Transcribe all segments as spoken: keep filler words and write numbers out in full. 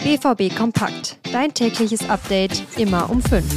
B V B Kompakt. Dein tägliches Update immer um fünf.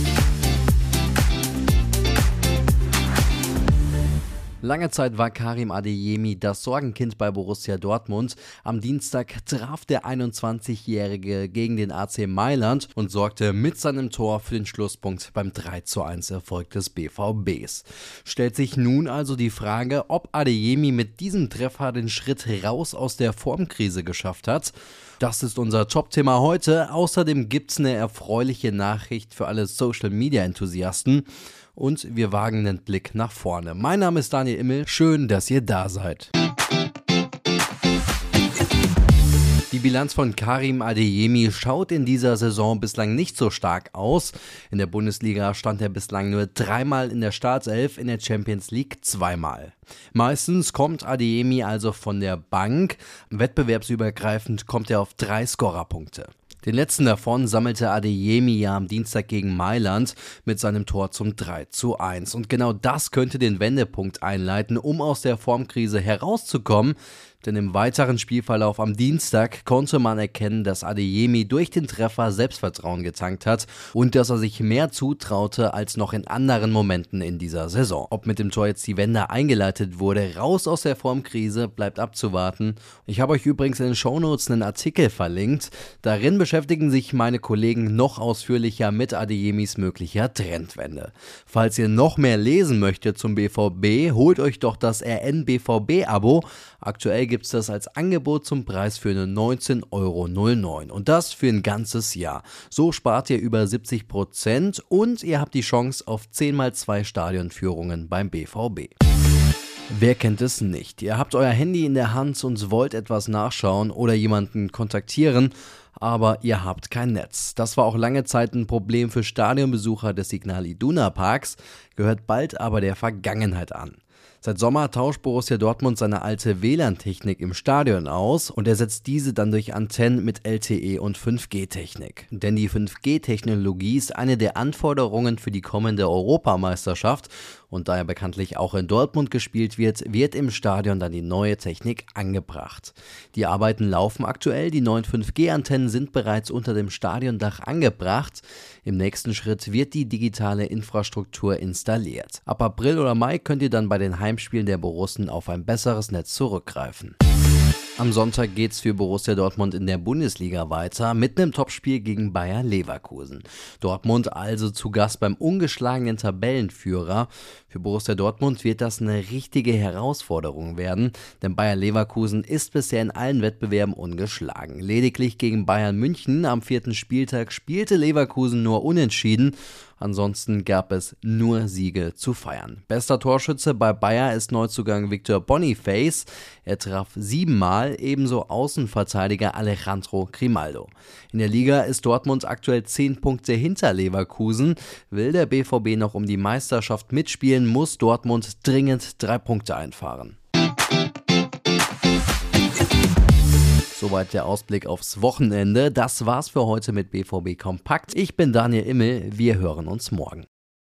Lange Zeit war Karim Adeyemi das Sorgenkind bei Borussia Dortmund. Am Dienstag traf der einundzwanzigjährige gegen den A C Mailand und sorgte mit seinem Tor für den Schlusspunkt beim drei zu eins Erfolg des B V Bs. Stellt sich nun also die Frage, ob Adeyemi mit diesem Treffer den Schritt raus aus der Formkrise geschafft hat. Das ist unser Top-Thema heute. Außerdem gibt's eine erfreuliche Nachricht für alle Social-Media-Enthusiasten. Und wir wagen einen Blick nach vorne. Mein Name ist Daniel Immel, schön, dass ihr da seid. Die Bilanz von Karim Adeyemi schaut in dieser Saison bislang nicht so stark aus. In der Bundesliga stand er bislang nur dreimal in der Startelf, in der Champions League zweimal. Meistens kommt Adeyemi also von der Bank. Wettbewerbsübergreifend kommt er auf drei Scorerpunkte. Den letzten davon sammelte Adeyemi ja am Dienstag gegen Mailand mit seinem Tor zum drei zu eins. Und genau das könnte den Wendepunkt einleiten, um aus der Formkrise herauszukommen. Denn im weiteren Spielverlauf am Dienstag konnte man erkennen, dass Adeyemi durch den Treffer Selbstvertrauen getankt hat und dass er sich mehr zutraute als noch in anderen Momenten in dieser Saison. Ob mit dem Tor jetzt die Wende eingeleitet wurde, raus aus der Formkrise, bleibt abzuwarten. Ich habe euch übrigens in den Shownotes einen Artikel verlinkt. Darin beschäftigen sich meine Kollegen noch ausführlicher mit Adeyemis möglicher Trendwende. Falls ihr noch mehr lesen möchtet zum B V B, holt euch doch das R N B V B-Abo. Aktuell gibt es das als Angebot zum Preis für nur neunzehn Euro neun. Und das für ein ganzes Jahr. So spart ihr über siebzig Prozent und ihr habt die Chance auf zehn mal zwei Stadionführungen beim B V B. Wer kennt es nicht? Ihr habt euer Handy in der Hand und wollt etwas nachschauen oder jemanden kontaktieren, aber ihr habt kein Netz. Das war auch lange Zeit ein Problem für Stadionbesucher des Signal Iduna Parks, gehört bald aber der Vergangenheit an. Seit Sommer tauscht Borussia Dortmund seine alte W L A N-Technik im Stadion aus und ersetzt diese dann durch Antennen mit L T E und fünf G Technik. Denn die fünf G Technologie ist eine der Anforderungen für die kommende Europameisterschaft und da ja bekanntlich auch in Dortmund gespielt wird, wird im Stadion dann die neue Technik angebracht. Die Arbeiten laufen aktuell, die neuen fünf G Antennen sind bereits unter dem Stadiondach angebracht. Im nächsten Schritt wird die digitale Infrastruktur installiert. Ab April oder Mai könnt ihr dann bei den Heimspielen der Borussen auf ein besseres Netz zurückgreifen. Am Sonntag geht's für Borussia Dortmund in der Bundesliga weiter mit einem Topspiel gegen Bayer Leverkusen. Dortmund also zu Gast beim ungeschlagenen Tabellenführer. Für Borussia Dortmund wird das eine richtige Herausforderung werden, denn Bayer Leverkusen ist bisher in allen Wettbewerben ungeschlagen. Lediglich gegen Bayern München am vierten Spieltag spielte Leverkusen nur unentschieden. Ansonsten gab es nur Siege zu feiern. Bester Torschütze bei Bayer ist Neuzugang Victor Boniface. Er traf siebenmal, ebenso Außenverteidiger Alejandro Grimaldo. In der Liga ist Dortmund aktuell zehn Punkte hinter Leverkusen. Will der B V B noch um die Meisterschaft mitspielen, muss Dortmund dringend drei Punkte einfahren. Soweit der Ausblick aufs Wochenende. Das war's für heute mit B V B Kompakt. Ich bin Daniel Immel. Wir hören uns morgen.